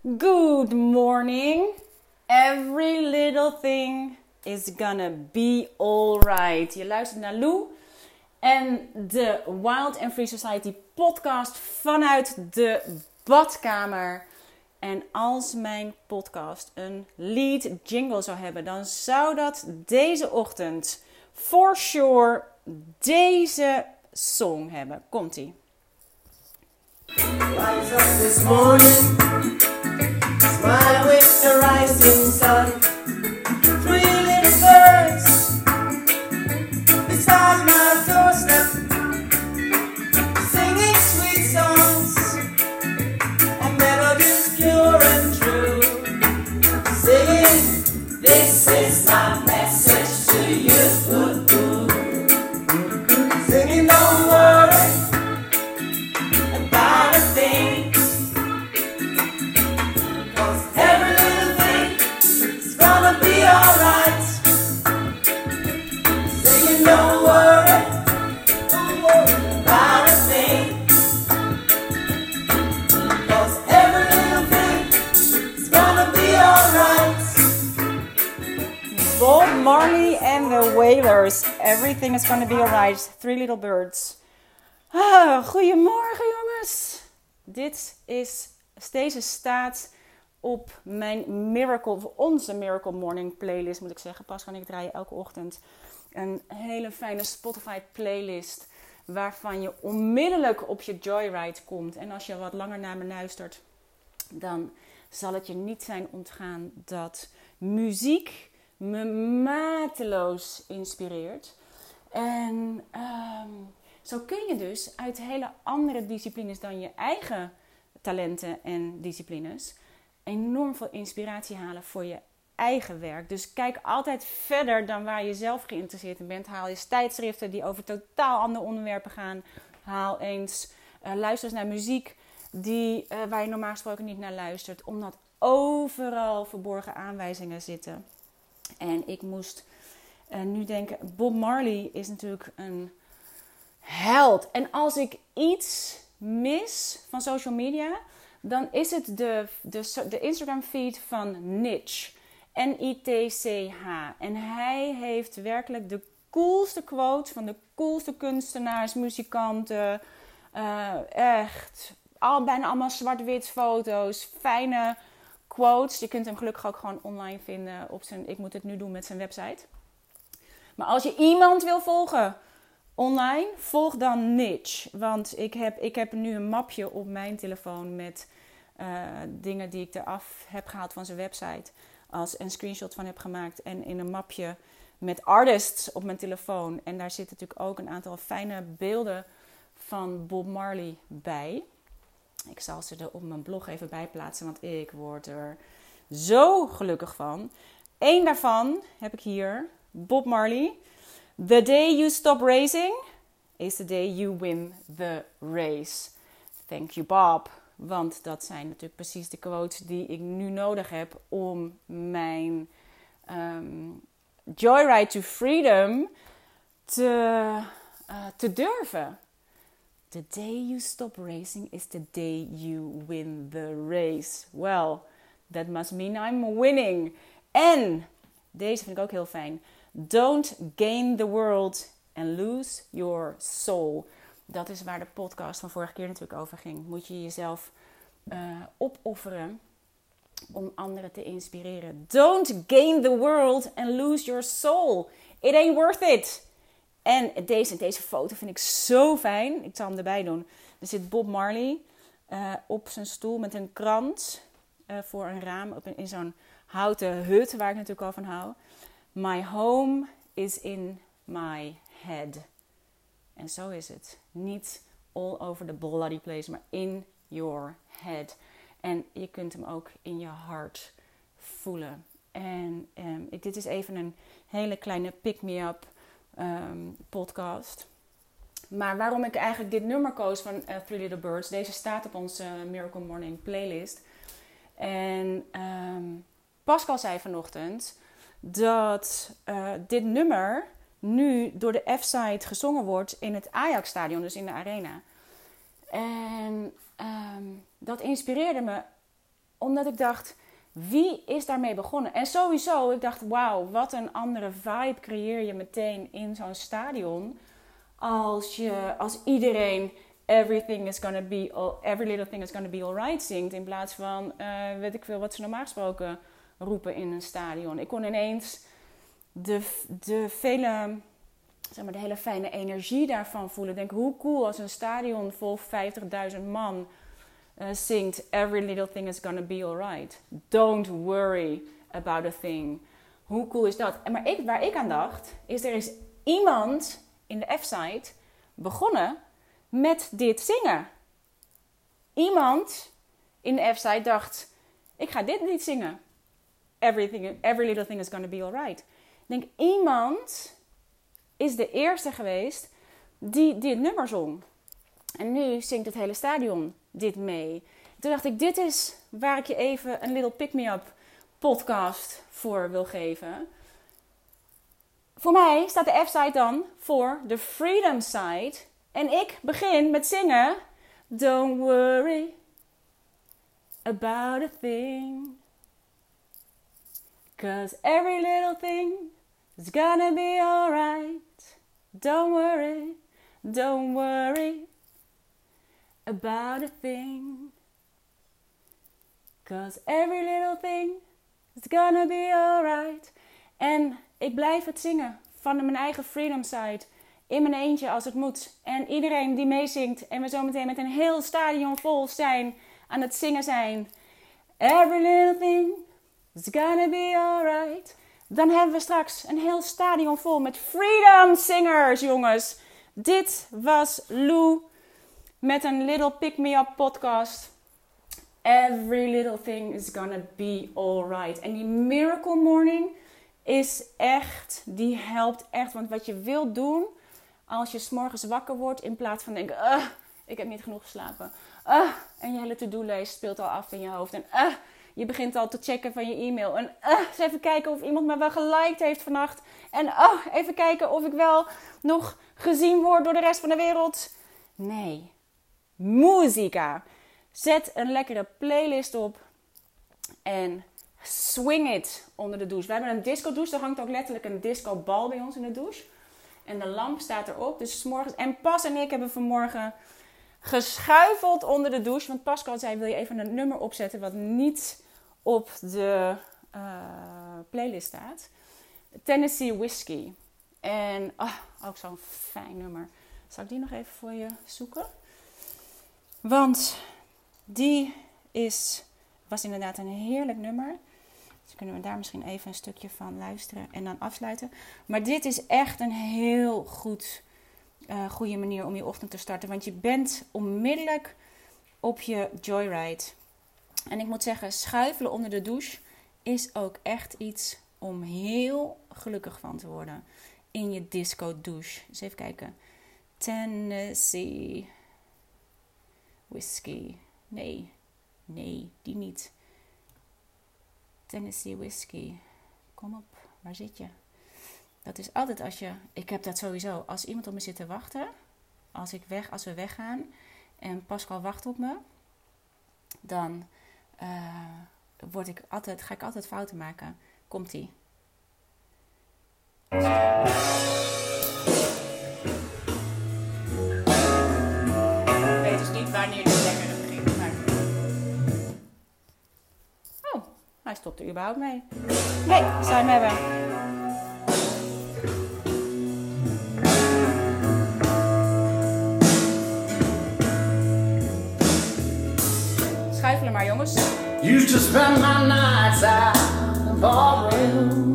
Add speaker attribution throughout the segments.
Speaker 1: Good morning. Every little thing is gonna be alright. Je luistert naar Lou en de Wild and Free Society podcast vanuit de badkamer. En als mijn podcast een lead jingle zou hebben, dan zou dat deze ochtend for sure deze song hebben. Komt-ie.
Speaker 2: Rise up this morning, smile with the rising sun. Three little birds beside my doorstep, singing sweet songs and melodies pure and true. Singing, this is my message to you. Singing, don't worry about a thing, 'cause every little thing is gonna be alright. Singing, don't worry about a thing, 'cause every little thing is gonna be alright.
Speaker 1: Bob Marley and the Wailers. Everything is gonna be alright. Three little birds. Goedemorgen jongens. Deze staat op mijn onze Miracle Morning playlist, moet ik zeggen. Pas kan ik draaien elke ochtend een hele fijne Spotify playlist, waarvan je onmiddellijk op je joyride komt. En als je wat langer naar me luistert, dan zal het je niet zijn ontgaan dat muziek me mateloos inspireert. En zo kun je dus uit hele andere disciplines dan je eigen talenten en disciplines enorm veel inspiratie halen voor je eigen werk. Dus kijk altijd verder dan waar je zelf geïnteresseerd in bent. Haal eens tijdschriften die over totaal andere onderwerpen gaan. Luister eens naar muziek waar je normaal gesproken niet naar luistert. Omdat overal verborgen aanwijzingen zitten. En ik moest nu denken, Bob Marley is natuurlijk een held. En als ik iets mis van social media, dan is het de Instagram feed van Nitch. N-I-T-C-H. En hij heeft werkelijk de coolste quotes van de coolste kunstenaars, muzikanten. Echt. Bijna allemaal zwart-wit foto's. Fijne quotes. Je kunt hem gelukkig ook gewoon online vinden op ik moet het nu doen met zijn website. Maar als je iemand wil volgen online, volg dan Nitch. Want ik heb nu een mapje op mijn telefoon met dingen die ik eraf heb gehaald van zijn website. Een screenshot van heb gemaakt. En in een mapje met artists op mijn telefoon. En daar zitten natuurlijk ook een aantal fijne beelden van Bob Marley bij. Ik zal ze er op mijn blog even bij plaatsen, want ik word er zo gelukkig van. Eén daarvan heb ik hier. Bob Marley. The day you stop racing is the day you win the race. Thank you, Bob. Want dat zijn natuurlijk precies de quotes die ik nu nodig heb om mijn Joyride to Freedom te durven. The day you stop racing is the day you win the race. Well, that must mean I'm winning. En deze vind ik ook heel fijn. Don't gain the world and lose your soul. Dat is waar de podcast van vorige keer natuurlijk over ging. Moet je jezelf opofferen om anderen te inspireren. Don't gain the world and lose your soul. It ain't worth it. En deze foto vind ik zo fijn. Ik zal hem erbij doen. Er zit Bob Marley op zijn stoel met een krant voor een raam in zo'n houten hut waar ik natuurlijk al van hou. My home is in my head. En zo is het. Niet all over the bloody place, maar in your head. En je kunt hem ook in je hart voelen. En dit is even een hele kleine pick-me-up podcast. Maar waarom ik eigenlijk dit nummer koos van Three Little Birds. Deze staat op onze Miracle Morning playlist. En Pascal zei vanochtend dat dit nummer nu door de F-side gezongen wordt in het Ajax-stadion, dus in de arena. En dat inspireerde me Omdat ik dacht, wie is daarmee begonnen? En sowieso, ik dacht, wauw, wat een andere vibe creëer je meteen in zo'n stadion. Als iedereen every little thing is gonna be alright zingt. In plaats van, weet ik veel, wat ze normaal gesproken roepen in een stadion. Ik kon ineens de hele fijne energie daarvan voelen. Ik denk, hoe cool als een stadion vol 50.000 man zingt Every little thing is gonna be alright. Don't worry about a thing. Hoe cool is dat? Maar waar ik aan dacht, is er is iemand in de F-side begonnen met dit zingen. Iemand in de F-side dacht, ik ga dit niet zingen. Every little thing is gonna be alright. Ik denk, iemand is de eerste geweest die dit nummer zong. En nu zingt het hele stadion dit mee. Toen dacht ik, dit is waar ik je even een little pick-me-up podcast voor wil geven. Voor mij staat de F-side dan voor de freedom side. En ik begin met zingen. Don't worry about a thing. 'Cause every little thing is gonna be alright. Don't worry about a thing. 'Cause every little thing is gonna be alright. En ik blijf het zingen van mijn eigen freedom side. In mijn eentje als het moet. En iedereen die meezingt. En we zometeen met een heel stadion vol zijn. Aan het zingen zijn. Every little thing is gonna be alright. Dan hebben we straks een heel stadion vol met freedom singers, jongens. Dit was Lou met een Little Pick Me Up podcast. Every little thing is gonna be alright. En die Miracle Morning is echt, die helpt echt. Want wat je wilt doen als je 's morgens wakker wordt, in plaats van denken, ik heb niet genoeg geslapen. En je hele to-do-lijst speelt al af in je hoofd. En je begint al te checken van je e-mail. En eens even kijken of iemand me wel geliked heeft vannacht. En even kijken of ik wel nog gezien word door de rest van de wereld. Nee. Muzika. Zet een lekkere playlist op. En swing it onder de douche. We hebben een disco douche. Er hangt ook letterlijk een disco bal bij ons in de douche. En de lamp staat erop. Dus 's morgens. En Pas en ik hebben vanmorgen geschuifeld onder de douche. Want Pascal zei, wil je even een nummer opzetten wat niet op de playlist staat. Tennessee Whiskey. En ook zo'n fijn nummer. Zal ik die nog even voor je zoeken? Want die was inderdaad een heerlijk nummer. Dus kunnen we daar misschien even een stukje van luisteren en dan afsluiten. Maar dit is echt een heel goede manier om je ochtend te starten. Want je bent onmiddellijk op je joyride. En ik moet zeggen, schuifelen onder de douche is ook echt iets om heel gelukkig van te worden. In je disco douche. Dus even kijken. Tennessee Whiskey. Nee, die niet. Tennessee Whiskey. Kom op, waar zit je? Dat is altijd ik heb dat sowieso. Als iemand op me zit te wachten. Als we weggaan. En Pascal wacht op me. Dan ga ik altijd fouten maken. Komt-ie. Ik weet dus niet wanneer de lekkere begint. Maar... hij stopt er überhaupt mee. Nee, zou je hem hebben. Schuifelen maar, jongens.
Speaker 2: Used to spend my nights out in the ballroom.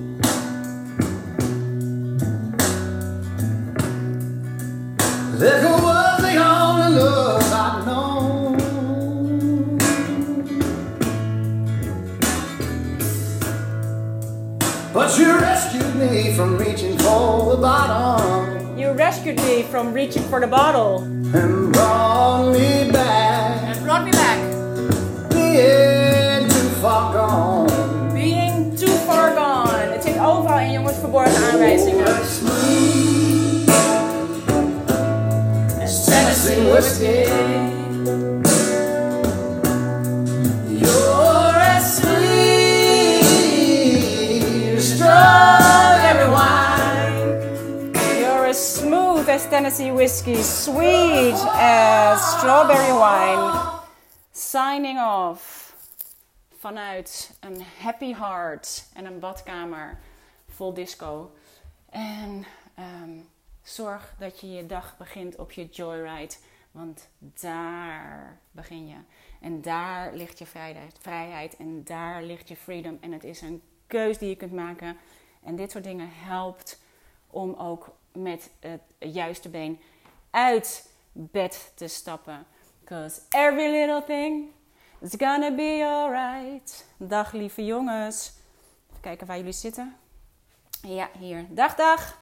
Speaker 2: Liquor was the only love I'd known. But you rescued me from reaching for the bottom.
Speaker 1: You rescued me from reaching for the bottle.
Speaker 2: And brought me back. Being too far gone.
Speaker 1: Being too far gone. Het zit overal in, jongens, verborgen aanwijzingen.
Speaker 2: Tennessee whiskey. You're
Speaker 1: Tennessee whiskey, sweet as strawberry wine. Signing off vanuit een happy heart en een badkamer vol disco. En zorg dat je je dag begint op je joyride. Want daar begin je. En daar ligt je vrijheid. En daar ligt je freedom. En het is een keus die je kunt maken. En dit soort dingen helpt om ook met het juiste been uit bed te stappen. Because every little thing is gonna be alright. Dag lieve jongens. Even kijken waar jullie zitten. Ja, hier. Dag, dag.